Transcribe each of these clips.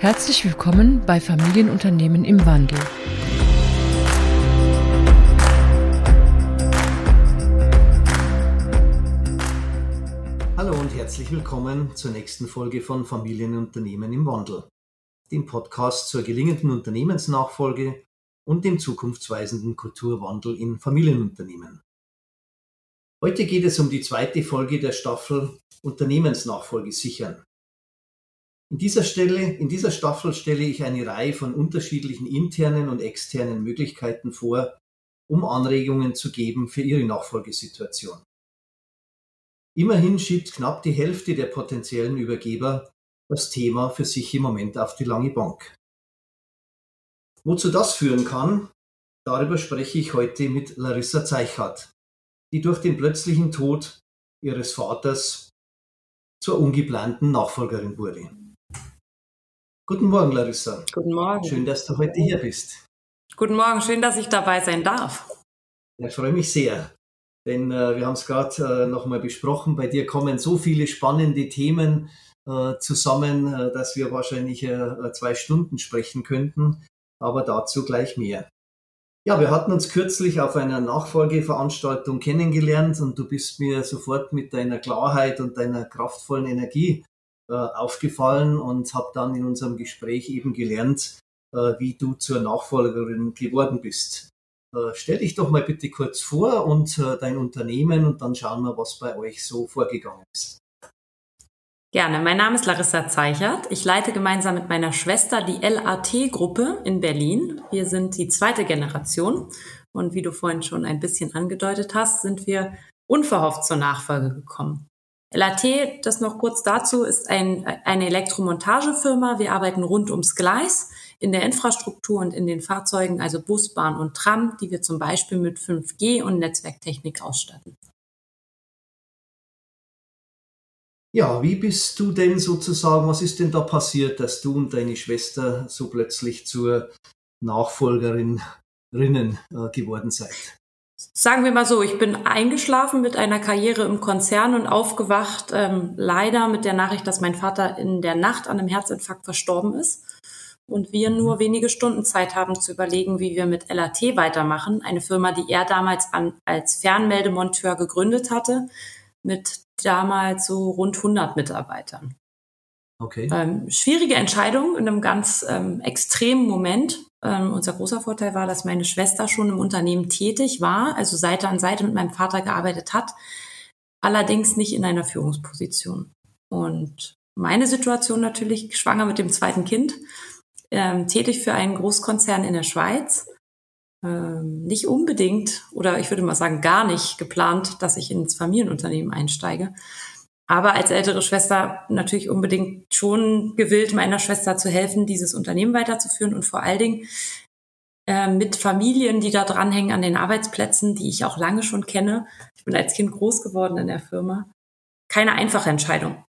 Herzlich willkommen bei Familienunternehmen im Wandel. Hallo und herzlich willkommen zur nächsten Folge von Familienunternehmen im Wandel, dem Podcast zur gelingenden Unternehmensnachfolge und dem zukunftsweisenden Kulturwandel in Familienunternehmen. Heute geht es um die zweite Folge der Staffel Unternehmensnachfolge sichern. In dieser Staffel stelle ich eine Reihe von unterschiedlichen internen und externen Möglichkeiten vor, um Anregungen zu geben für Ihre Nachfolgesituation. Immerhin schiebt knapp die Hälfte der potenziellen Übergeber das Thema für sich im Moment auf die lange Bank. Wozu das führen kann, darüber spreche ich heute mit Larissa Zeichhardt, die durch den plötzlichen Tod ihres Vaters zur ungeplanten Nachfolgerin wurde. Guten Morgen, Larissa. Guten Morgen. Schön, dass du heute hier bist. Guten Morgen, schön, dass ich dabei sein darf. Ja, ich freue mich sehr, denn wir haben es gerade nochmal besprochen. Bei dir kommen so viele spannende Themen zusammen, dass wir wahrscheinlich 2 Stunden sprechen könnten, aber dazu gleich mehr. Ja, wir hatten uns kürzlich auf einer Nachfolgeveranstaltung kennengelernt und du bist mir sofort mit deiner Klarheit und deiner kraftvollen Energie aufgefallen und habe dann in unserem Gespräch eben gelernt, wie du zur Nachfolgerin geworden bist. Stell dich doch mal bitte kurz vor und dein Unternehmen und dann schauen wir, was bei euch so vorgegangen ist. Gerne, mein Name ist Larissa Zeichhardt. Ich leite gemeinsam mit meiner Schwester die LAT-Gruppe in Berlin. Wir sind die zweite Generation und wie du vorhin schon ein bisschen angedeutet hast, sind wir unverhofft zur Nachfolge gekommen. LAT, das noch kurz dazu, ist eine Elektromontagefirma. Wir arbeiten rund ums Gleis in der Infrastruktur und in den Fahrzeugen, also Bus, Bahn und Tram, die wir zum Beispiel mit 5G und Netzwerktechnik ausstatten. Ja, wie bist du denn sozusagen, was ist denn da passiert, dass du und deine Schwester so plötzlich zur Nachfolgerinnen geworden seid? Sagen wir mal so, ich bin eingeschlafen mit einer Karriere im Konzern und aufgewacht, leider mit der Nachricht, dass mein Vater in der Nacht an einem Herzinfarkt verstorben ist und wir nur wenige Stunden Zeit haben zu überlegen, wie wir mit LAT weitermachen. Eine Firma, die er damals als Fernmeldemonteur gegründet hatte, mit damals so rund 100 Mitarbeitern. Okay. Schwierige Entscheidung in einem ganz extremen Moment. Unser großer Vorteil war, dass meine Schwester schon im Unternehmen tätig war, also Seite an Seite mit meinem Vater gearbeitet hat, allerdings nicht in einer Führungsposition. Und meine Situation natürlich, schwanger mit dem zweiten Kind, tätig für einen Großkonzern in der Schweiz, nicht unbedingt, oder ich würde mal sagen gar nicht geplant, dass ich ins Familienunternehmen einsteige. Aber als ältere Schwester natürlich unbedingt schon gewillt, meiner Schwester zu helfen, dieses Unternehmen weiterzuführen und vor allen Dingen mit Familien, die da dranhängen an den Arbeitsplätzen, die ich auch lange schon kenne. Ich bin als Kind groß geworden in der Firma. Keine einfache Entscheidung.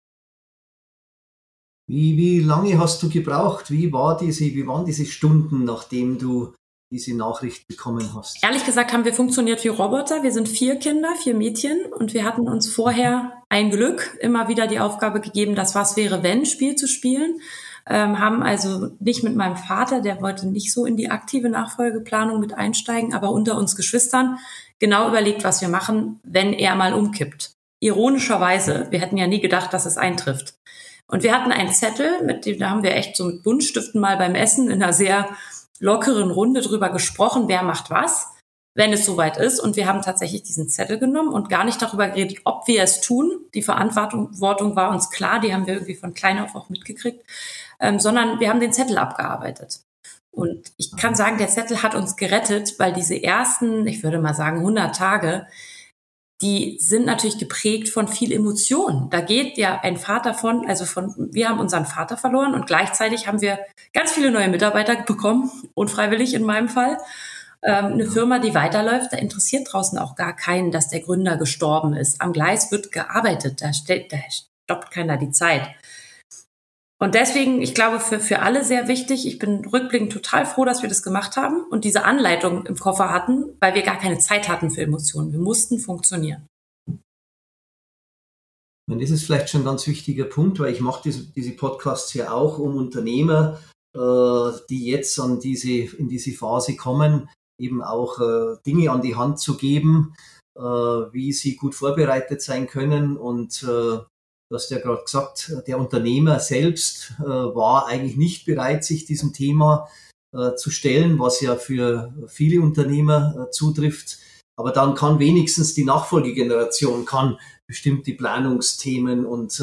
Wie lange hast du gebraucht? Wie waren diese Stunden, nachdem du diese Nachricht bekommen hast? Ehrlich gesagt haben wir funktioniert wie Roboter. Wir sind 4 Kinder, 4 Mädchen und wir hatten uns vorher ein Glück immer wieder die Aufgabe gegeben, das Was wäre wenn Spiel zu spielen. Haben also nicht mit meinem Vater, der wollte nicht so in die aktive Nachfolgeplanung mit einsteigen, aber unter uns Geschwistern genau überlegt, was wir machen, wenn er mal umkippt. Ironischerweise, wir hätten ja nie gedacht, dass es eintrifft. Und wir hatten einen Zettel, da haben wir echt so mit Buntstiften mal beim Essen in einer sehr lockeren Runde drüber gesprochen, wer macht was, wenn es soweit ist. Und wir haben tatsächlich diesen Zettel genommen und gar nicht darüber geredet, ob wir es tun. Die Verantwortung war uns klar, die haben wir irgendwie von klein auf auch mitgekriegt, sondern wir haben den Zettel abgearbeitet. Und ich kann sagen, der Zettel hat uns gerettet, weil diese ersten, ich würde mal sagen 100 Tage, die sind natürlich geprägt von viel Emotion. Da geht ja ein Vater wir haben unseren Vater verloren und gleichzeitig haben wir ganz viele neue Mitarbeiter bekommen, unfreiwillig in meinem Fall. Eine Firma, die weiterläuft, da interessiert draußen auch gar keinen, dass der Gründer gestorben ist. Am Gleis wird gearbeitet, da stoppt keiner die Zeit. Und deswegen, ich glaube, für alle sehr wichtig, ich bin rückblickend total froh, dass wir das gemacht haben und diese Anleitung im Koffer hatten, weil wir gar keine Zeit hatten für Emotionen. Wir mussten funktionieren. Und das ist vielleicht schon ein ganz wichtiger Punkt, weil ich mache diese Podcasts ja auch, um Unternehmer, die jetzt in diese Phase kommen, eben auch Dinge an die Hand zu geben, wie sie gut vorbereitet sein können. Und du hast ja gerade gesagt, der Unternehmer selbst war eigentlich nicht bereit, sich diesem Thema zu stellen, was ja für viele Unternehmer zutrifft. Aber dann kann wenigstens die Nachfolgegeneration bestimmte Planungsthemen und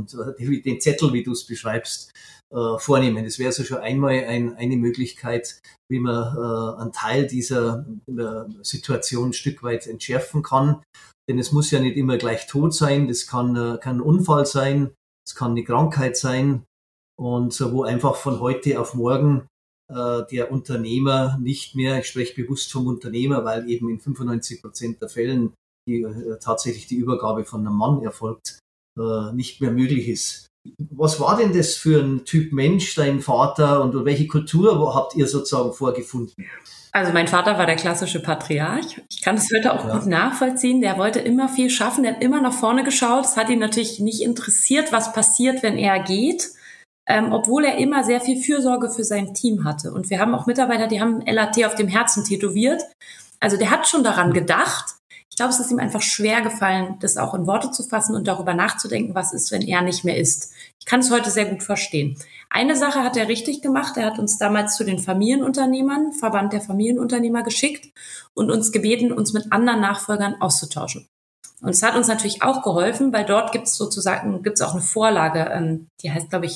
den Zettel, wie du es beschreibst, vornehmen. Das wäre so schon einmal eine Möglichkeit, wie man einen Teil dieser Situation ein Stück weit entschärfen kann. Denn es muss ja nicht immer gleich tot sein. Das kann ein Unfall sein, es kann eine Krankheit sein und wo einfach von heute auf morgen der Unternehmer nicht mehr, ich spreche bewusst vom Unternehmer, weil eben in 95% der Fällen tatsächlich die Übergabe von einem Mann erfolgt, nicht mehr möglich ist. Was war denn das für ein Typ Mensch, dein Vater, und welche Kultur habt ihr sozusagen vorgefunden? Also mein Vater war der klassische Patriarch. Ich kann das heute auch gut nachvollziehen. Der wollte immer viel schaffen, der hat immer nach vorne geschaut. Es hat ihn natürlich nicht interessiert, was passiert, wenn er geht, obwohl er immer sehr viel Fürsorge für sein Team hatte. Und wir haben auch Mitarbeiter, die haben LAT auf dem Herzen tätowiert. Also der hat schon daran gedacht. Ich glaube, es ist ihm einfach schwer gefallen, das auch in Worte zu fassen und darüber nachzudenken, was ist, wenn er nicht mehr ist. Ich kann es heute sehr gut verstehen. Eine Sache hat er richtig gemacht. Er hat uns damals zu den Familienunternehmern, Verband der Familienunternehmer, geschickt und uns gebeten, uns mit anderen Nachfolgern auszutauschen. Und es hat uns natürlich auch geholfen, weil dort gibt's auch eine Vorlage, die heißt, glaube ich,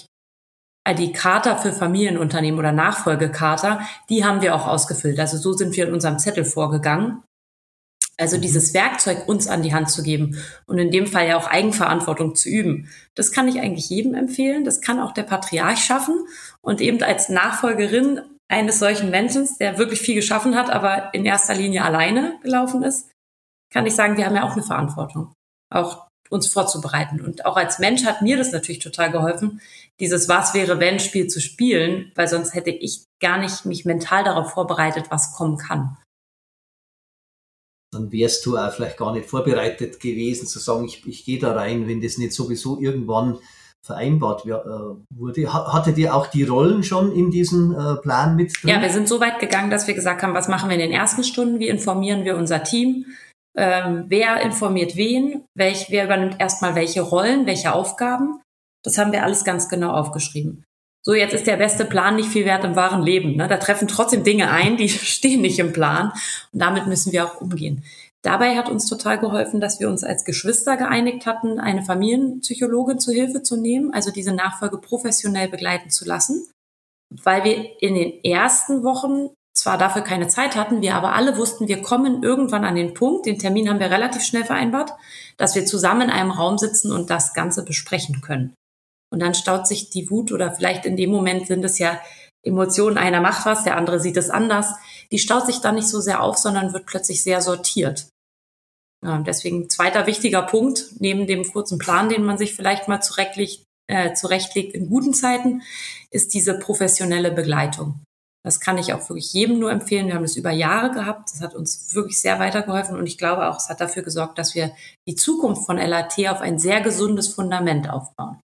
die Charta für Familienunternehmen oder Nachfolgecharta. Die haben wir auch ausgefüllt. Also so sind wir in unserem Zettel vorgegangen. Also dieses Werkzeug uns an die Hand zu geben und in dem Fall ja auch Eigenverantwortung zu üben, das kann ich eigentlich jedem empfehlen. Das kann auch der Patriarch schaffen und eben als Nachfolgerin eines solchen Menschen, der wirklich viel geschaffen hat, aber in erster Linie alleine gelaufen ist, kann ich sagen, wir haben ja auch eine Verantwortung, auch uns vorzubereiten. Und auch als Mensch hat mir das natürlich total geholfen, dieses Was-wäre-wenn-Spiel zu spielen, weil sonst hätte ich gar nicht mich mental darauf vorbereitet, was kommen kann. Dann wärst du auch vielleicht gar nicht vorbereitet gewesen, zu sagen, ich gehe da rein, wenn das nicht sowieso irgendwann vereinbart wurde. Hattet ihr auch die Rollen schon in diesem Plan mit drin? Ja, wir sind so weit gegangen, dass wir gesagt haben, was machen wir in den ersten Stunden, wie informieren wir unser Team, wer informiert wen, wer übernimmt erstmal welche Rollen, welche Aufgaben. Das haben wir alles ganz genau aufgeschrieben. So, jetzt ist der beste Plan nicht viel wert im wahren Leben. Ne? Da treffen trotzdem Dinge ein, die stehen nicht im Plan. Und damit müssen wir auch umgehen. Dabei hat uns total geholfen, dass wir uns als Geschwister geeinigt hatten, eine Familienpsychologin zur Hilfe zu nehmen, also diese Nachfolge professionell begleiten zu lassen, weil wir in den ersten Wochen zwar dafür keine Zeit hatten, wir aber alle wussten, wir kommen irgendwann an den Punkt, den Termin haben wir relativ schnell vereinbart, dass wir zusammen in einem Raum sitzen und das Ganze besprechen können. Und dann staut sich die Wut oder vielleicht in dem Moment sind es ja Emotionen, einer macht was, der andere sieht es anders. Die staut sich dann nicht so sehr auf, sondern wird plötzlich sehr sortiert. Ja, deswegen zweiter wichtiger Punkt, neben dem kurzen Plan, den man sich vielleicht mal zurechtlegt in guten Zeiten, ist diese professionelle Begleitung. Das kann ich auch wirklich jedem nur empfehlen. Wir haben das über Jahre gehabt. Das hat uns wirklich sehr weitergeholfen und ich glaube auch, es hat dafür gesorgt, dass wir die Zukunft von LAT auf ein sehr gesundes Fundament aufbauen.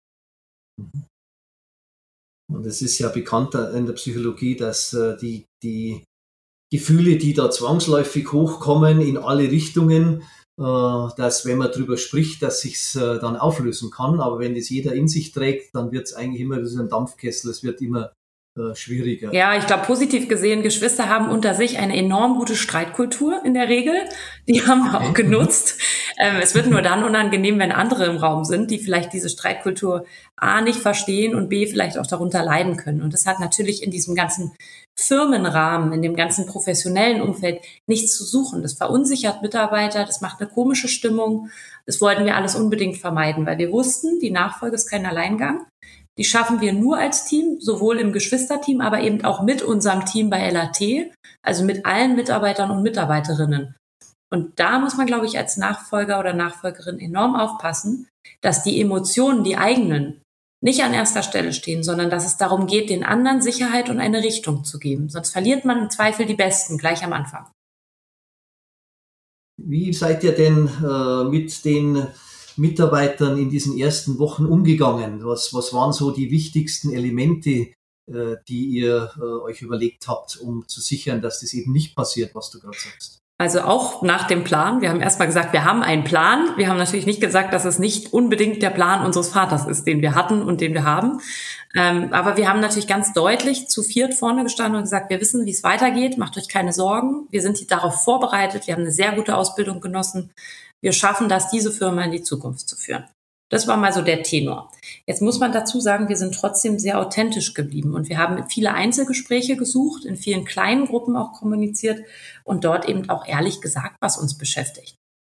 Und es ist ja bekannt in der Psychologie, dass die Gefühle, die da zwangsläufig hochkommen in alle Richtungen, dass wenn man drüber spricht, dass sich's dann auflösen kann. Aber wenn das jeder in sich trägt, dann wird es eigentlich immer, das ist ein Dampfkessel, es wird immer schwieriger. Ja, ich glaube, positiv gesehen, Geschwister haben unter sich eine enorm gute Streitkultur in der Regel. Die haben wir auch genutzt. Es wird nur dann unangenehm, wenn andere im Raum sind, die vielleicht diese Streitkultur A nicht verstehen und B vielleicht auch darunter leiden können. Und das hat natürlich in diesem ganzen Firmenrahmen, in dem ganzen professionellen Umfeld nichts zu suchen. Das verunsichert Mitarbeiter, das macht eine komische Stimmung. Das wollten wir alles unbedingt vermeiden, weil wir wussten, die Nachfolge ist kein Alleingang. Die schaffen wir nur als Team, sowohl im Geschwisterteam, aber eben auch mit unserem Team bei LAT, also mit allen Mitarbeitern und Mitarbeiterinnen. Und da muss man, glaube ich, als Nachfolger oder Nachfolgerin enorm aufpassen, dass die Emotionen, die eigenen, nicht an erster Stelle stehen, sondern dass es darum geht, den anderen Sicherheit und eine Richtung zu geben. Sonst verliert man im Zweifel die Besten gleich am Anfang. Wie seid ihr denn mit Mitarbeitern in diesen ersten Wochen umgegangen? Was waren so die wichtigsten Elemente, die ihr euch überlegt habt, um zu sichern, dass das eben nicht passiert, was du gerade sagst? Also auch nach dem Plan. Wir haben erstmal gesagt, wir haben einen Plan. Wir haben natürlich nicht gesagt, dass es nicht unbedingt der Plan unseres Vaters ist, den wir hatten und den wir haben. Aber wir haben natürlich ganz deutlich zu viert vorne gestanden und gesagt, wir wissen, wie es weitergeht. Macht euch keine Sorgen. Wir sind darauf vorbereitet. Wir haben eine sehr gute Ausbildung genossen. Wir schaffen das, diese Firma in die Zukunft zu führen. Das war mal so der Tenor. Jetzt muss man dazu sagen, wir sind trotzdem sehr authentisch geblieben und wir haben viele Einzelgespräche gesucht, in vielen kleinen Gruppen auch kommuniziert und dort eben auch ehrlich gesagt, was uns beschäftigt.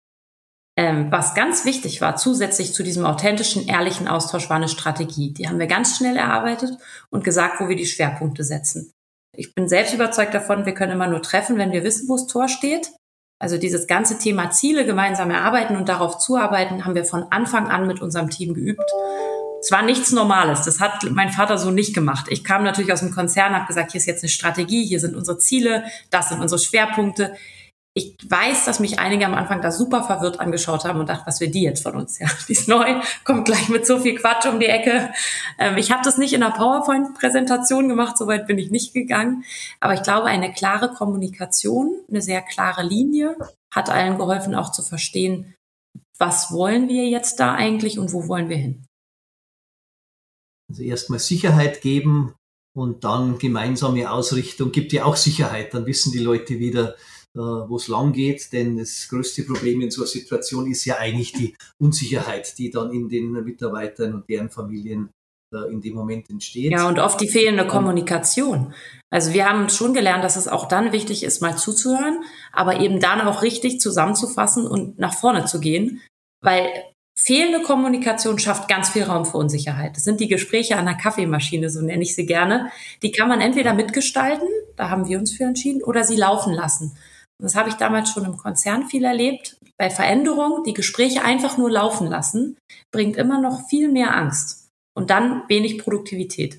Was ganz wichtig war, zusätzlich zu diesem authentischen, ehrlichen Austausch, war eine Strategie. Die haben wir ganz schnell erarbeitet und gesagt, wo wir die Schwerpunkte setzen. Ich bin selbst überzeugt davon, wir können immer nur treffen, wenn wir wissen, wo das Tor steht. Also dieses ganze Thema Ziele gemeinsam erarbeiten und darauf zuarbeiten, haben wir von Anfang an mit unserem Team geübt. Es war nichts Normales. Das hat mein Vater so nicht gemacht. Ich kam natürlich aus dem Konzern, habe gesagt, hier ist jetzt eine Strategie, hier sind unsere Ziele, das sind unsere Schwerpunkte. Ich weiß, dass mich einige am Anfang da super verwirrt angeschaut haben und dachten, was will die jetzt von uns? Ja, die ist neu, kommt gleich mit so viel Quatsch um die Ecke. Ich habe das nicht in einer PowerPoint-Präsentation gemacht, soweit bin ich nicht gegangen. Aber ich glaube, eine klare Kommunikation, eine sehr klare Linie hat allen geholfen, auch zu verstehen, was wollen wir jetzt da eigentlich und wo wollen wir hin? Also erstmal Sicherheit geben und dann gemeinsame Ausrichtung gibt ja auch Sicherheit. Dann wissen die Leute wieder, wo es lang geht, denn das größte Problem in so einer Situation ist ja eigentlich die Unsicherheit, die dann in den Mitarbeitern und deren Familien in dem Moment entsteht. Ja, und oft die fehlende Kommunikation. Also wir haben schon gelernt, dass es auch dann wichtig ist, mal zuzuhören, aber eben dann auch richtig zusammenzufassen und nach vorne zu gehen, weil fehlende Kommunikation schafft ganz viel Raum für Unsicherheit. Das sind die Gespräche an der Kaffeemaschine, so nenne ich sie gerne. Die kann man entweder mitgestalten, da haben wir uns für entschieden, oder sie laufen lassen. Und das habe ich damals schon im Konzern viel erlebt. Bei Veränderung, die Gespräche einfach nur laufen lassen, bringt immer noch viel mehr Angst und dann wenig Produktivität.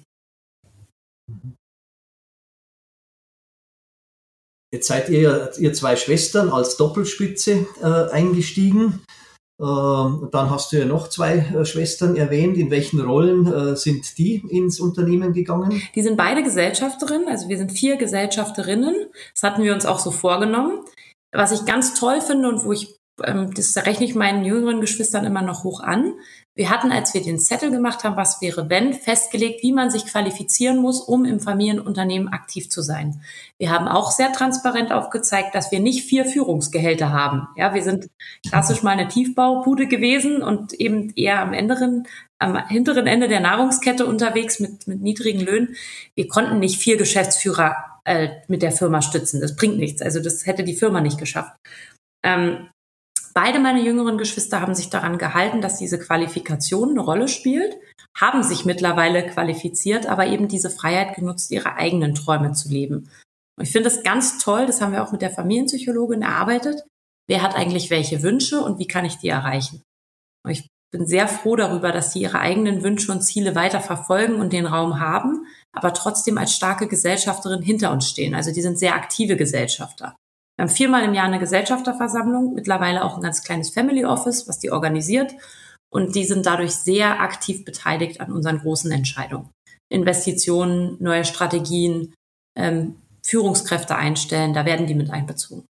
Jetzt seid ihr zwei Schwestern als Doppelspitze eingestiegen. Dann hast du ja noch zwei Schwestern erwähnt. In welchen Rollen sind die ins Unternehmen gegangen? Die sind beide Gesellschafterinnen, also wir sind 4 Gesellschafterinnen. Das hatten wir uns auch so vorgenommen. Was ich ganz toll finde und wo ich, das rechne ich meinen jüngeren Geschwistern immer noch hoch an. Wir hatten, als wir den Zettel gemacht haben, was wäre wenn, festgelegt, wie man sich qualifizieren muss, um im Familienunternehmen aktiv zu sein. Wir haben auch sehr transparent aufgezeigt, dass wir nicht 4 Führungsgehälter haben. Ja, wir sind klassisch mal eine Tiefbaubude gewesen und eben eher am hinteren Ende der Nahrungskette unterwegs mit niedrigen Löhnen. Wir konnten nicht 4 Geschäftsführer mit der Firma stützen. Das bringt nichts. Also das hätte die Firma nicht geschafft. Beide meine jüngeren Geschwister haben sich daran gehalten, dass diese Qualifikation eine Rolle spielt, haben sich mittlerweile qualifiziert, aber eben diese Freiheit genutzt, ihre eigenen Träume zu leben. Und ich finde das ganz toll, das haben wir auch mit der Familienpsychologin erarbeitet. Wer hat eigentlich welche Wünsche und wie kann ich die erreichen? Und ich bin sehr froh darüber, dass sie ihre eigenen Wünsche und Ziele weiter verfolgen und den Raum haben, aber trotzdem als starke Gesellschafterin hinter uns stehen. Also die sind sehr aktive Gesellschafter. Wir haben 4-mal im Jahr eine Gesellschafterversammlung, mittlerweile auch ein ganz kleines Family Office, was die organisiert. Und die sind dadurch sehr aktiv beteiligt an unseren großen Entscheidungen. Investitionen, neue Strategien, Führungskräfte einstellen, da werden die mit einbezogen.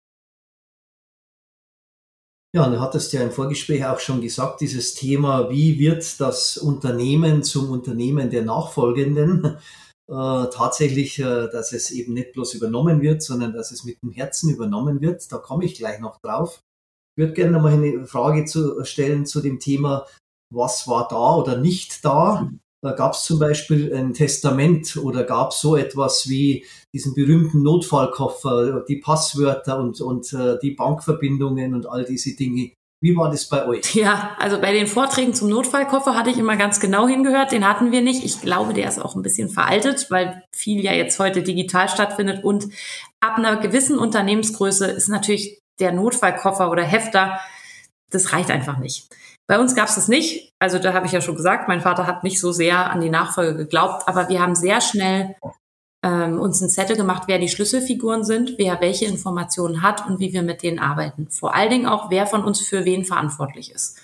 Ja, und du hattest ja im Vorgespräch auch schon gesagt, dieses Thema, wie wird das Unternehmen zum Unternehmen der Nachfolgenden? Tatsächlich, dass es eben nicht bloß übernommen wird, sondern dass es mit dem Herzen übernommen wird. Da komme ich gleich noch drauf. Ich würde gerne noch mal eine Frage stellen zu dem Thema, was war da oder nicht da? Gab es zum Beispiel ein Testament oder gab es so etwas wie diesen berühmten Notfallkoffer, die Passwörter und die Bankverbindungen und all diese Dinge? Wie war das bei euch? Ja, also bei den Vorträgen zum Notfallkoffer hatte ich immer ganz genau hingehört. Den hatten wir nicht. Ich glaube, der ist auch ein bisschen veraltet, weil viel ja jetzt heute digital stattfindet. Und ab einer gewissen Unternehmensgröße ist natürlich der Notfallkoffer oder Hefter, das reicht einfach nicht. Bei uns gab es das nicht. Also da habe ich ja schon gesagt, mein Vater hat nicht so sehr an die Nachfolge geglaubt. Aber wir haben sehr schnell uns einen Zettel gemacht, wer die Schlüsselfiguren sind, wer welche Informationen hat und wie wir mit denen arbeiten. Vor allen Dingen auch, wer von uns für wen verantwortlich ist.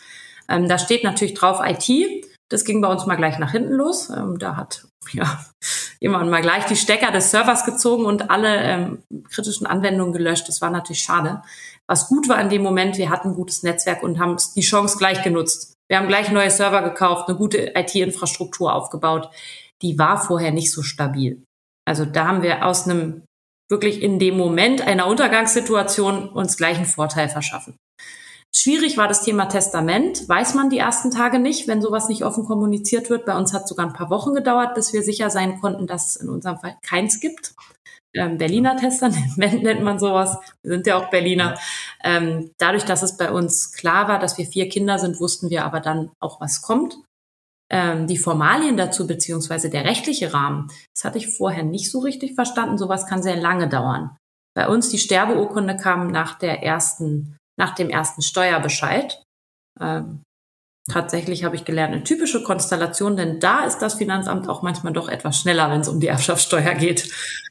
Da steht natürlich drauf IT. Das ging bei uns mal gleich nach hinten los. Da hat jemand mal gleich die Stecker des Servers gezogen und alle kritischen Anwendungen gelöscht. Das war natürlich schade. Was gut war in dem Moment, wir hatten ein gutes Netzwerk und haben die Chance gleich genutzt. Wir haben gleich neue Server gekauft, eine gute IT-Infrastruktur aufgebaut. Die war vorher nicht so stabil. Also da haben wir aus einem wirklich in dem Moment einer Untergangssituation uns gleich einen Vorteil verschaffen. Schwierig war das Thema Testament. Weiß man die ersten Tage nicht, wenn sowas nicht offen kommuniziert wird. Bei uns hat es sogar ein paar Wochen gedauert, bis wir sicher sein konnten, dass es in unserem Fall keins gibt. Berliner Testament nennt man sowas. Wir sind ja auch Berliner. Dadurch, dass es bei uns klar war, dass wir 4 Kinder sind, wussten wir aber dann auch, was kommt. Die Formalien dazu, beziehungsweise der rechtliche Rahmen, das hatte ich vorher nicht so richtig verstanden. Sowas kann sehr lange dauern. Bei uns die Sterbeurkunde kam nach dem ersten Steuerbescheid. Tatsächlich habe ich gelernt, eine typische Konstellation, denn da ist das Finanzamt auch manchmal doch etwas schneller, wenn es um die Erbschaftssteuer geht.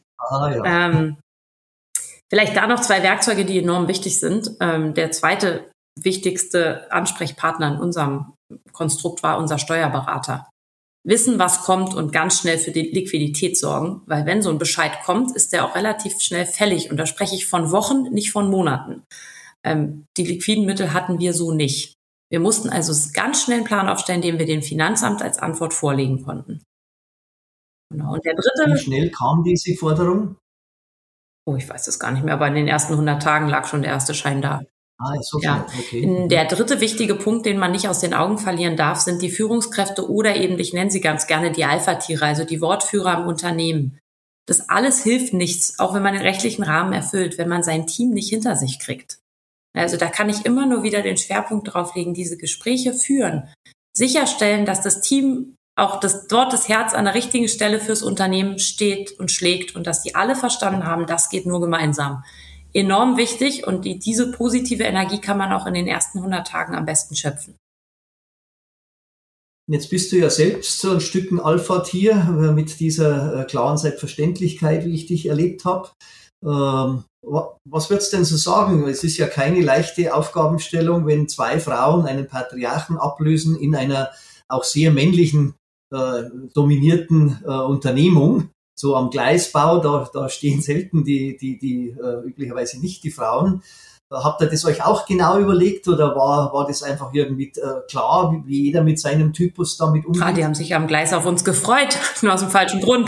Vielleicht da noch 2 Werkzeuge, die enorm wichtig sind. Der zweite wichtigste Ansprechpartner in unserem Konstrukt war unser Steuerberater. Wissen, was kommt und ganz schnell für die Liquidität sorgen, weil wenn so ein Bescheid kommt, ist der auch relativ schnell fällig und da spreche ich von Wochen, nicht von Monaten. Die liquiden Mittel hatten wir so nicht. Wir mussten also ganz schnell einen Plan aufstellen, den wir dem Finanzamt als Antwort vorlegen konnten. Genau. Und der dritte. Wie schnell kam diese Forderung? Oh, ich weiß das gar nicht mehr, aber in den ersten 100 Tagen lag schon der erste Schein da. So ja. Okay. Der dritte wichtige Punkt, den man nicht aus den Augen verlieren darf, sind die Führungskräfte oder eben, ich nenne sie ganz gerne die Alpha-Tiere, also die Wortführer im Unternehmen. Das alles hilft nichts, auch wenn man den rechtlichen Rahmen erfüllt, wenn man sein Team nicht hinter sich kriegt. Also da kann ich immer nur wieder den Schwerpunkt drauf legen, diese Gespräche führen, sicherstellen, dass das Team auch dort das Herz an der richtigen Stelle fürs Unternehmen steht und schlägt und dass die alle verstanden haben, das geht nur gemeinsam. Enorm wichtig und diese positive Energie kann man auch in den ersten 100 Tagen am besten schöpfen. Jetzt bist du ja selbst so ein Stück ein Alpha-Tier mit dieser klaren Selbstverständlichkeit, wie ich dich erlebt habe. Was würdest du denn so sagen? Es ist ja keine leichte Aufgabenstellung, wenn 2 Frauen einen Patriarchen ablösen in einer auch sehr männlichen, dominierten Unternehmung. So am Gleisbau, da stehen selten die üblicherweise nicht die Frauen. Habt ihr das euch auch genau überlegt oder war das einfach irgendwie klar, wie jeder mit seinem Typus damit umgeht? Die haben sich am Gleis auf uns gefreut, nur aus dem falschen Grund.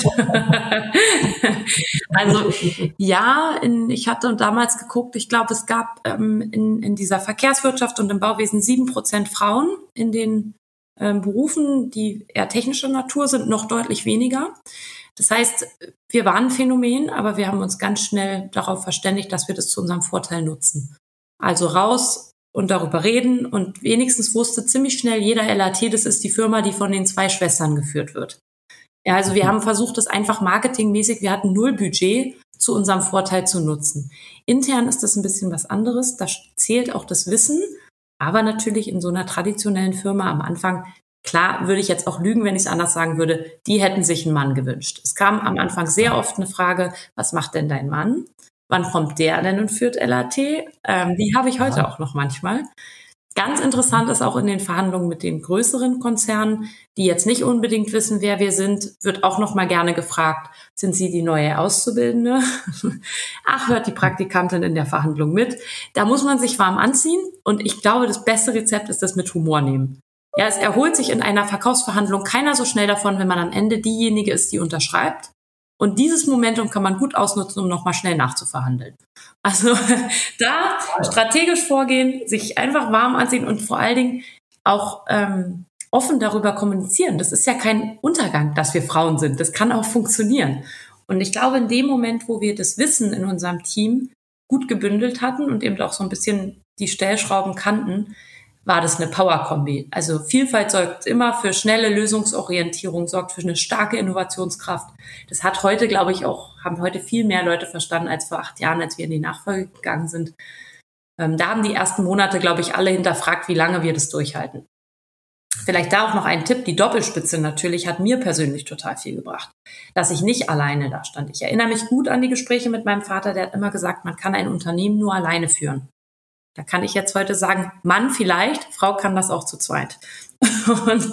Also ja, ich hatte damals geguckt, ich glaube, es gab in dieser Verkehrswirtschaft und im Bauwesen 7% Frauen in den Berufen, die eher technischer Natur sind, noch deutlich weniger. Das heißt, wir waren ein Phänomen, aber wir haben uns ganz schnell darauf verständigt, dass wir das zu unserem Vorteil nutzen. Also raus und darüber reden und wenigstens wusste ziemlich schnell jeder LAT, das ist die Firma, die von den 2 Schwestern geführt wird. Ja, also wir haben versucht, das einfach marketingmäßig, wir hatten 0 Budget, zu unserem Vorteil zu nutzen. Intern ist das ein bisschen was anderes, da zählt auch das Wissen, aber natürlich in so einer traditionellen Firma am Anfang, klar würde ich jetzt auch lügen, wenn ich es anders sagen würde, die hätten sich einen Mann gewünscht. Es kam am Anfang sehr oft eine Frage, was macht denn dein Mann? Wann kommt der denn und führt LAT? Die habe ich heute auch noch manchmal. Ganz interessant ist auch in den Verhandlungen mit den größeren Konzernen, die jetzt nicht unbedingt wissen, wer wir sind, wird auch noch mal gerne gefragt, sind Sie die neue Auszubildende? Ach, hört die Praktikantin in der Verhandlung mit? Da muss man sich warm anziehen und ich glaube, das beste Rezept ist das mit Humor nehmen. Ja, es erholt sich in einer Verkaufsverhandlung keiner so schnell davon, wenn man am Ende diejenige ist, die unterschreibt. Und dieses Momentum kann man gut ausnutzen, um nochmal schnell nachzuverhandeln. Also da strategisch vorgehen, sich einfach warm anziehen und vor allen Dingen auch offen darüber kommunizieren. Das ist ja kein Untergang, dass wir Frauen sind. Das kann auch funktionieren. Und ich glaube, in dem Moment, wo wir das Wissen in unserem Team gut gebündelt hatten und eben auch so ein bisschen die Stellschrauben kannten, war das eine Power-Kombi. Also Vielfalt sorgt immer für schnelle Lösungsorientierung, sorgt für eine starke Innovationskraft. Das hat heute, glaube ich, haben heute viel mehr Leute verstanden als vor 8 Jahren, als wir in die Nachfolge gegangen sind. Da haben die ersten Monate, glaube ich, alle hinterfragt, wie lange wir das durchhalten. Vielleicht da auch noch ein Tipp, die Doppelspitze natürlich hat mir persönlich total viel gebracht, dass ich nicht alleine da stand. Ich erinnere mich gut an die Gespräche mit meinem Vater, der hat immer gesagt, man kann ein Unternehmen nur alleine führen. Da kann ich jetzt heute sagen, Mann vielleicht, Frau kann das auch zu zweit. Und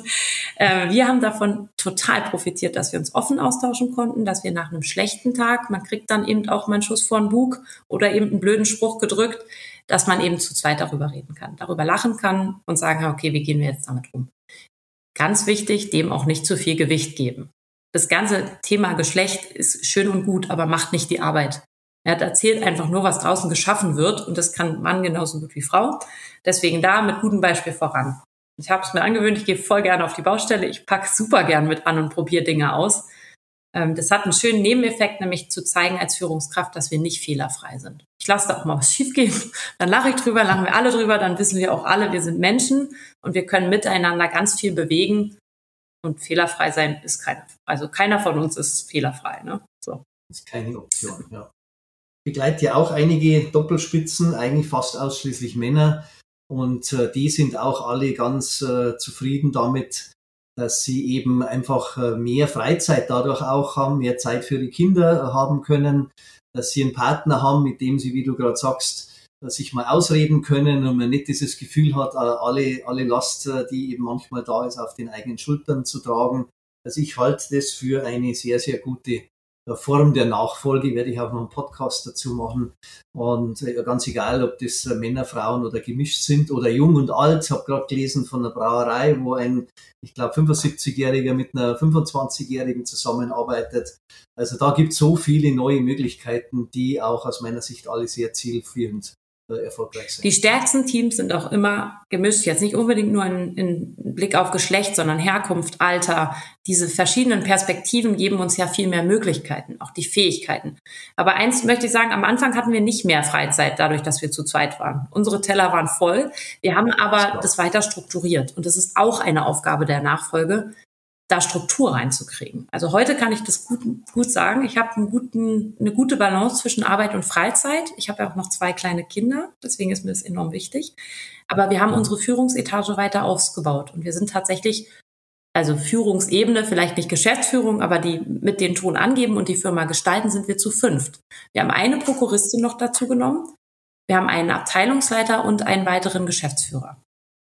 wir haben davon total profitiert, dass wir uns offen austauschen konnten, dass wir nach einem schlechten Tag, man kriegt dann eben auch mal einen Schuss vor den Bug oder eben einen blöden Spruch gedrückt, dass man eben zu zweit darüber reden kann, darüber lachen kann und sagen, okay, wie gehen wir jetzt damit um? Ganz wichtig, dem auch nicht zu viel Gewicht geben. Das ganze Thema Geschlecht ist schön und gut, aber macht nicht die Arbeit. Er erzählt einfach nur, was draußen geschaffen wird und das kann Mann genauso gut wie Frau. Deswegen da mit gutem Beispiel voran. Ich habe es mir angewöhnt, ich gehe voll gerne auf die Baustelle, ich packe super gern mit an und probiere Dinge aus. Das hat einen schönen Nebeneffekt, nämlich zu zeigen als Führungskraft, dass wir nicht fehlerfrei sind. Ich lasse da auch mal was schief gehen, dann lache ich drüber, lachen wir alle drüber, dann wissen wir auch alle, wir sind Menschen und wir können miteinander ganz viel bewegen und fehlerfrei sein ist keiner. Also keiner von uns ist fehlerfrei. Ne? So. Das ist keine Option, ja. Ich begleite ja auch einige Doppelspitzen, eigentlich fast ausschließlich Männer. Und die sind auch alle ganz zufrieden damit, dass sie eben einfach mehr Freizeit dadurch auch haben, mehr Zeit für die Kinder haben können, dass sie einen Partner haben, mit dem sie, wie du gerade sagst, sich mal ausreden können und man nicht dieses Gefühl hat, alle Last, die eben manchmal da ist, auf den eigenen Schultern zu tragen. Also ich halte das für eine sehr, sehr gute Form der Nachfolge, werde ich auch noch einen Podcast dazu machen. Und ganz egal, ob das Männer, Frauen oder gemischt sind oder jung und alt. Ich habe gerade gelesen von einer Brauerei, wo ein, ich glaube, 75-Jähriger mit einer 25-Jährigen zusammenarbeitet. Also da gibt es so viele neue Möglichkeiten, die auch aus meiner Sicht alle sehr zielführend erfolgreich sind. Die stärksten Teams sind auch immer gemischt, jetzt nicht unbedingt nur in Blick auf Geschlecht, sondern Herkunft, Alter. Diese verschiedenen Perspektiven geben uns ja viel mehr Möglichkeiten, auch die Fähigkeiten. Aber eins möchte ich sagen, am Anfang hatten wir nicht mehr Freizeit dadurch, dass wir zu zweit waren. Unsere Teller waren voll. Wir haben aber das weiter strukturiert. Und das ist auch eine Aufgabe der Nachfolge, da Struktur reinzukriegen. Also heute kann ich das gut sagen. Ich habe eine gute Balance zwischen Arbeit und Freizeit. Ich habe ja auch noch 2 kleine Kinder, deswegen ist mir das enorm wichtig. Aber wir haben unsere Führungsetage weiter ausgebaut und wir sind tatsächlich, also Führungsebene, vielleicht nicht Geschäftsführung, aber die mit den Ton angeben und die Firma gestalten, sind wir zu 5. Wir haben eine Prokuristin noch dazu genommen. Wir haben einen Abteilungsleiter und einen weiteren Geschäftsführer.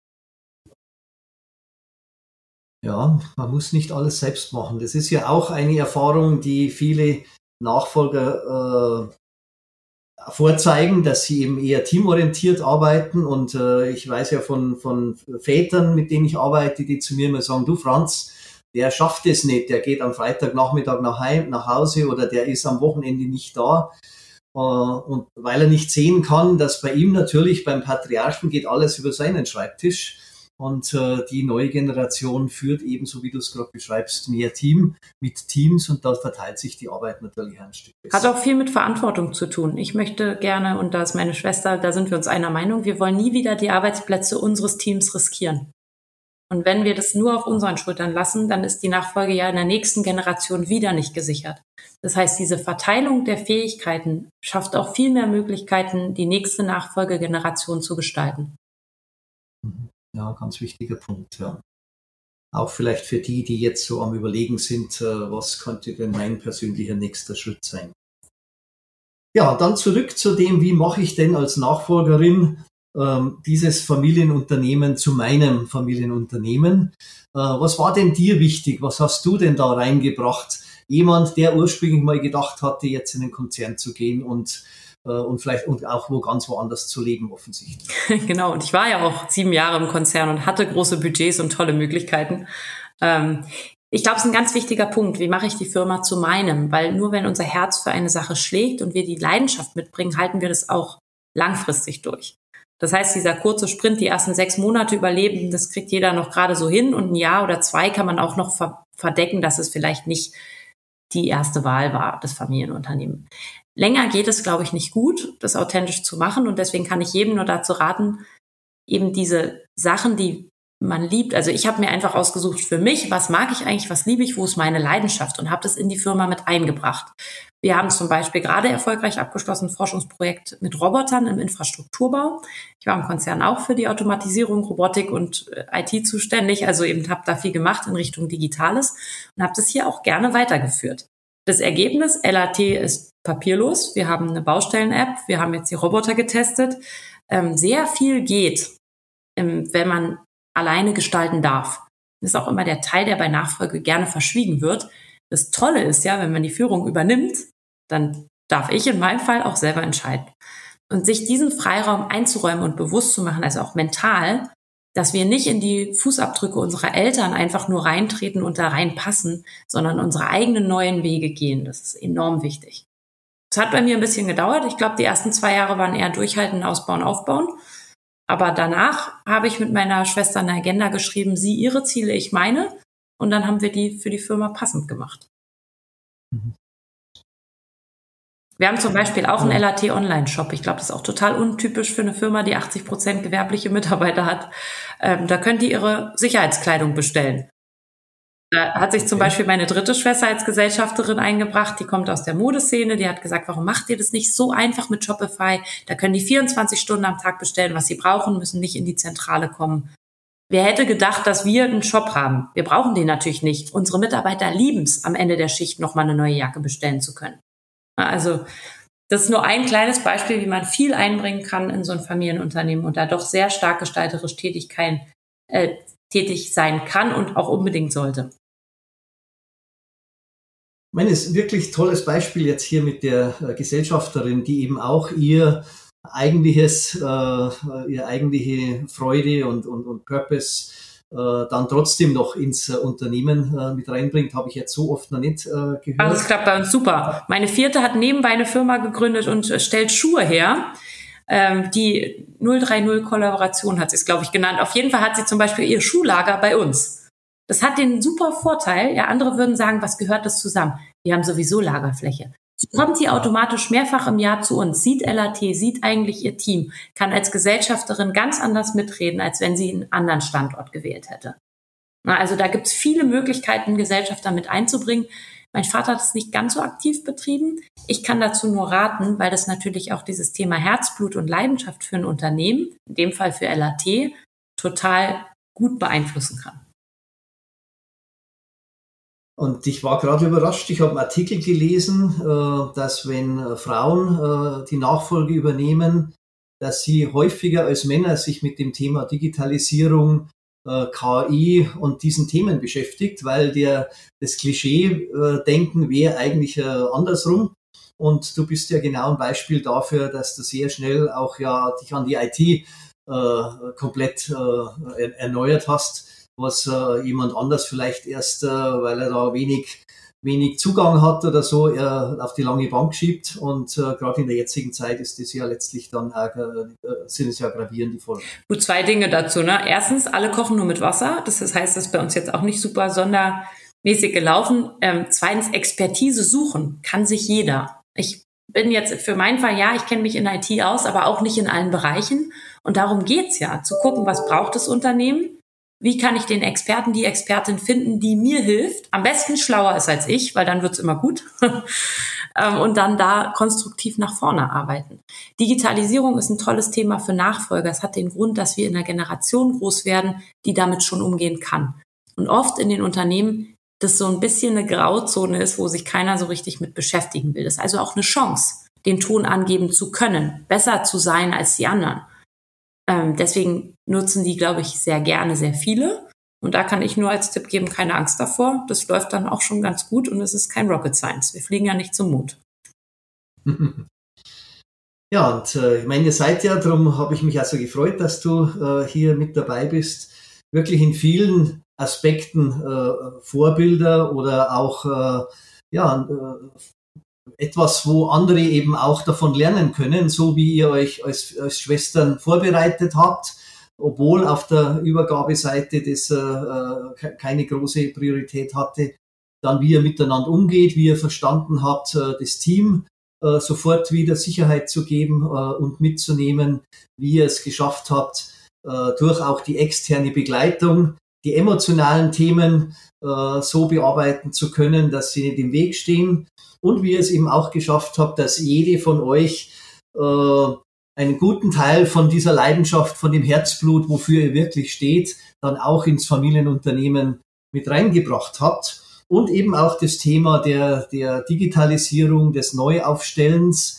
Ja, man muss nicht alles selbst machen. Das ist ja auch eine Erfahrung, die viele Nachfolger vorzeigen, dass sie eben eher teamorientiert arbeiten. Und ich weiß ja von Vätern, mit denen ich arbeite, die zu mir immer sagen, du Franz, der schafft es nicht, der geht am Freitagnachmittag nach Hause oder der ist am Wochenende nicht da. Und weil er nicht sehen kann, dass bei ihm natürlich beim Patriarchen geht alles über seinen Schreibtisch. Und die neue Generation führt eben, so wie du es gerade beschreibst, mehr Team mit Teams und da verteilt sich die Arbeit natürlich ein Stück besser. Hat auch viel mit Verantwortung zu tun. Ich möchte gerne, und da ist meine Schwester, da sind wir uns einer Meinung, wir wollen nie wieder die Arbeitsplätze unseres Teams riskieren. Und wenn wir das nur auf unseren Schultern lassen, dann ist die Nachfolge ja in der nächsten Generation wieder nicht gesichert. Das heißt, diese Verteilung der Fähigkeiten schafft auch viel mehr Möglichkeiten, die nächste Nachfolgegeneration zu gestalten. Ja, ganz wichtiger Punkt, ja. Auch vielleicht für die jetzt so am Überlegen sind, was könnte denn mein persönlicher nächster Schritt sein. Ja, dann zurück zu dem, wie mache ich denn als Nachfolgerin dieses Familienunternehmen zu meinem Familienunternehmen. Was war denn dir wichtig? Was hast du denn da reingebracht? Jemand, der ursprünglich mal gedacht hatte, jetzt in den Konzern zu gehen und vielleicht und auch ganz woanders zu leben, offensichtlich. Genau, und ich war ja auch 7 Jahre im Konzern und hatte große Budgets und tolle Möglichkeiten. Ich glaube, es ist ein ganz wichtiger Punkt. Wie mache ich die Firma zu meinem? Weil nur wenn unser Herz für eine Sache schlägt und wir die Leidenschaft mitbringen, halten wir das auch langfristig durch. Das heißt, dieser kurze Sprint, die ersten 6 Monate überleben, das kriegt jeder noch gerade so hin und 1 Jahr oder 2 kann man auch noch verdecken, dass es vielleicht nicht die erste Wahl war, das Familienunternehmen. Länger geht es, glaube ich, nicht gut, das authentisch zu machen und deswegen kann ich jedem nur dazu raten, eben diese Sachen, die man liebt, also ich habe mir einfach ausgesucht für mich, was mag ich eigentlich, was liebe ich, wo ist meine Leidenschaft und habe das in die Firma mit eingebracht. Wir haben zum Beispiel gerade erfolgreich abgeschlossen ein Forschungsprojekt mit Robotern im Infrastrukturbau. Ich war im Konzern auch für die Automatisierung, Robotik und IT zuständig, also eben habe da viel gemacht in Richtung Digitales und habe das hier auch gerne weitergeführt. Das Ergebnis, LAT ist papierlos. Wir haben eine Baustellen-App. Wir haben jetzt die Roboter getestet. sehr viel geht, wenn man alleine gestalten darf. Das ist auch immer der Teil, der bei Nachfolge gerne verschwiegen wird. Das Tolle ist ja, wenn man die Führung übernimmt, dann darf ich in meinem Fall auch selber entscheiden. Und sich diesen Freiraum einzuräumen und bewusst zu machen, also auch mental, dass wir nicht in die Fußabdrücke unserer Eltern einfach nur reintreten und da reinpassen, sondern unsere eigenen neuen Wege gehen. Das ist enorm wichtig. Es hat bei mir ein bisschen gedauert. Ich glaube, die ersten 2 Jahre waren eher durchhalten, ausbauen, aufbauen. Aber danach habe ich mit meiner Schwester eine Agenda geschrieben, sie ihre Ziele, ich meine. Und dann haben wir die für die Firma passend gemacht. Wir haben zum Beispiel auch einen LAT-Online-Shop. Ich glaube, das ist auch total untypisch für eine Firma, die 80% gewerbliche Mitarbeiter hat. Da können die ihre Sicherheitskleidung bestellen. Da hat sich zum Beispiel meine dritte Schwester als Gesellschafterin eingebracht. Die kommt aus der Modeszene. Die hat gesagt, warum macht ihr das nicht so einfach mit Shopify? Da können die 24 Stunden am Tag bestellen, was sie brauchen, müssen nicht in die Zentrale kommen. Wer hätte gedacht, dass wir einen Shop haben? Wir brauchen den natürlich nicht. Unsere Mitarbeiter lieben es, am Ende der Schicht nochmal eine neue Jacke bestellen zu können. Also das ist nur ein kleines Beispiel, wie man viel einbringen kann in so ein Familienunternehmen und da doch sehr stark gestalterisch tätig sein kann und auch unbedingt sollte. Ich meine, es ist ein wirklich tolles Beispiel jetzt hier mit der Gesellschafterin, die eben auch ihre eigentliche Freude und Purpose dann trotzdem noch ins Unternehmen mit reinbringt, habe ich jetzt so oft noch nicht gehört. Also das klappt bei uns super. Meine vierte hat nebenbei eine Firma gegründet und stellt Schuhe her. Die 030-Kollaboration hat sie es, glaube ich, genannt. Auf jeden Fall hat sie zum Beispiel ihr Schuhlager bei uns. Das hat den super Vorteil. Ja, andere würden sagen, was gehört das zusammen? Wir haben sowieso Lagerfläche. So kommt sie automatisch mehrfach im Jahr zu uns, sieht LAT, sieht eigentlich ihr Team, kann als Gesellschafterin ganz anders mitreden, als wenn sie einen anderen Standort gewählt hätte. Also da gibt es viele Möglichkeiten, Gesellschafter mit einzubringen. Mein Vater hat es nicht ganz so aktiv betrieben. Ich kann dazu nur raten, weil das natürlich auch dieses Thema Herzblut und Leidenschaft für ein Unternehmen, in dem Fall für LAT, total gut beeinflussen kann. Und ich war gerade überrascht, ich habe einen Artikel gelesen, dass wenn Frauen die Nachfolge übernehmen, dass sie häufiger als Männer sich mit dem Thema Digitalisierung, KI und diesen Themen beschäftigt, weil das Klischee-Denken wäre eigentlich andersrum. Und du bist ja genau ein Beispiel dafür, dass du sehr schnell auch ja dich an die IT komplett erneuert hast, was jemand anders vielleicht erst, weil er da wenig Zugang hat oder so, auf die lange Bank schiebt. Und gerade in der jetzigen Zeit ist das ja letztlich dann sind es ja gravierende Folgen. Gut, 2 Dinge dazu. Ne? Erstens, alle kochen nur mit Wasser. Das heißt, das ist bei uns jetzt auch nicht super sondermäßig gelaufen. Zweitens, Expertise suchen kann sich jeder. Ich bin jetzt für meinen Fall, ja, ich kenne mich in IT aus, aber auch nicht in allen Bereichen. Und darum geht's ja, zu gucken, was braucht das Unternehmen? Wie kann ich den Experten, die Expertin finden, die mir hilft, am besten schlauer ist als ich, weil dann wird's immer gut, und dann da konstruktiv nach vorne arbeiten. Digitalisierung ist ein tolles Thema für Nachfolger. Es hat den Grund, dass wir in einer Generation groß werden, die damit schon umgehen kann. Und oft in den Unternehmen das so ein bisschen eine Grauzone ist, wo sich keiner so richtig mit beschäftigen will. Das ist also auch eine Chance, den Ton angeben zu können, besser zu sein als die anderen. Deswegen nutzen die, glaube ich, sehr gerne sehr viele. Und da kann ich nur als Tipp geben, keine Angst davor. Das läuft dann auch schon ganz gut und es ist kein Rocket Science. Wir fliegen ja nicht zum Mond. Ja, und ich meine, ihr seid ja, darum habe ich mich also gefreut, dass du hier mit dabei bist, wirklich in vielen Aspekten Vorbilder oder auch etwas, wo andere eben auch davon lernen können, so wie ihr euch als Schwestern vorbereitet habt, obwohl auf der Übergabeseite das keine große Priorität hatte, dann wie ihr miteinander umgeht, wie ihr verstanden habt, das Team sofort wieder Sicherheit zu geben und mitzunehmen, wie ihr es geschafft habt, durch auch die externe Begleitung die emotionalen Themen so bearbeiten zu können, dass sie nicht im Weg stehen. Und wie ihr es eben auch geschafft habt, dass jede von euch einen guten Teil von dieser Leidenschaft, von dem Herzblut, wofür ihr wirklich steht, dann auch ins Familienunternehmen mit reingebracht habt. Und eben auch das Thema der Digitalisierung, des Neuaufstellens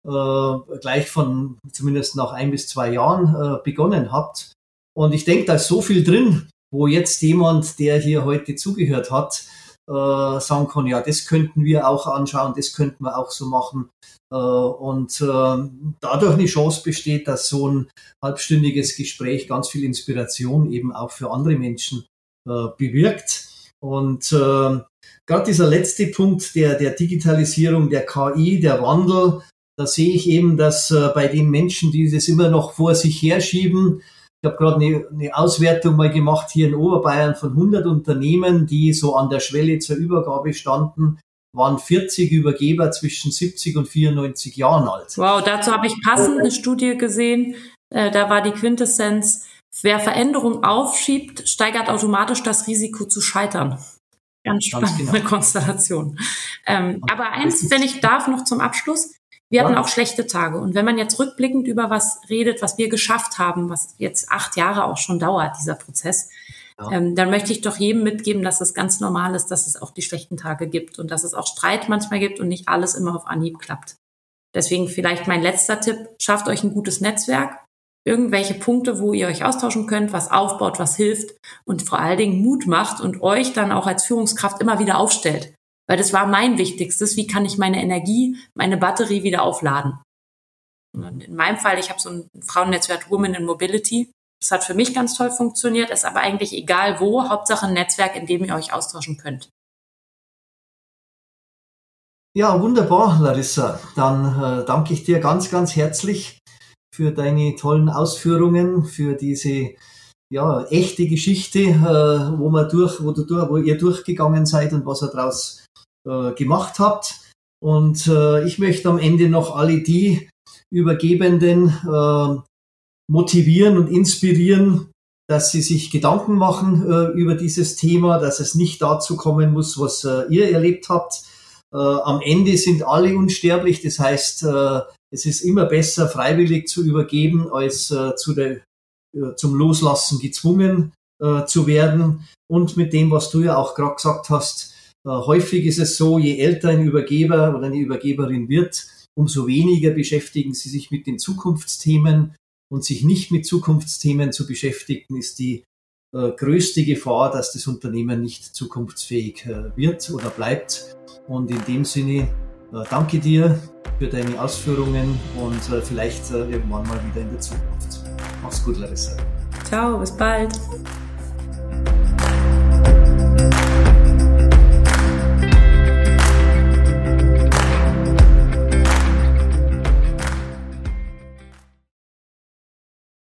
gleich von zumindest nach 1 bis 2 Jahren begonnen habt. Und ich denke, da ist so viel drin, wo jetzt jemand, der hier heute zugehört hat, sagen kann, ja, das könnten wir auch anschauen, das könnten wir auch so machen. Und dadurch eine Chance besteht, dass so ein halbstündiges Gespräch ganz viel Inspiration eben auch für andere Menschen bewirkt. Und gerade dieser letzte Punkt der Digitalisierung, der KI, der Wandel, da sehe ich eben, dass bei den Menschen, die das immer noch vor sich herschieben, ich habe gerade eine Auswertung mal gemacht hier in Oberbayern von 100 Unternehmen, die so an der Schwelle zur Übergabe standen, waren 40 Übergeber zwischen 70 und 94 Jahren alt. Wow, dazu habe ich passend eine Studie gesehen. Da war die Quintessenz, wer Veränderung aufschiebt, steigert automatisch das Risiko zu scheitern. Ganz spannende Konstellation. Aber eins, wenn ich darf, noch zum Abschluss. Wir hatten auch schlechte Tage. Und wenn man jetzt rückblickend über was redet, was wir geschafft haben, was jetzt 8 Jahre auch schon dauert, dieser Prozess, dann möchte ich doch jedem mitgeben, dass es ganz normal ist, dass es auch die schlechten Tage gibt und dass es auch Streit manchmal gibt und nicht alles immer auf Anhieb klappt. Deswegen vielleicht mein letzter Tipp, schafft euch ein gutes Netzwerk, irgendwelche Punkte, wo ihr euch austauschen könnt, was aufbaut, was hilft und vor allen Dingen Mut macht und euch dann auch als Führungskraft immer wieder aufstellt. Weil das war mein Wichtigstes, wie kann ich meine Energie, meine Batterie wieder aufladen. Und in meinem Fall, ich habe so ein Frauennetzwerk Women in Mobility. Das hat für mich ganz toll funktioniert, ist aber eigentlich egal wo, Hauptsache ein Netzwerk, in dem ihr euch austauschen könnt. Ja, wunderbar, Larissa. Dann danke ich dir ganz, ganz herzlich für deine tollen Ausführungen, für diese echte Geschichte, wo ihr durchgegangen seid und was ihr daraus gemacht habt. Und ich möchte am Ende noch alle die Übergebenden motivieren und inspirieren, dass sie sich Gedanken machen über dieses Thema, dass es nicht dazu kommen muss, was ihr erlebt habt. Am Ende sind alle unsterblich, das heißt, es ist immer besser, freiwillig zu übergeben, als zum Loslassen gezwungen zu werden. Und mit dem, was du ja auch gerade gesagt hast, häufig ist es so, je älter ein Übergeber oder eine Übergeberin wird, umso weniger beschäftigen sie sich mit den Zukunftsthemen. Und sich nicht mit Zukunftsthemen zu beschäftigen, ist die größte Gefahr, dass das Unternehmen nicht zukunftsfähig wird oder bleibt. Und in dem Sinne, danke dir für deine Ausführungen und vielleicht irgendwann mal wieder in der Zukunft. Mach's gut, Larissa. Ciao, bis bald.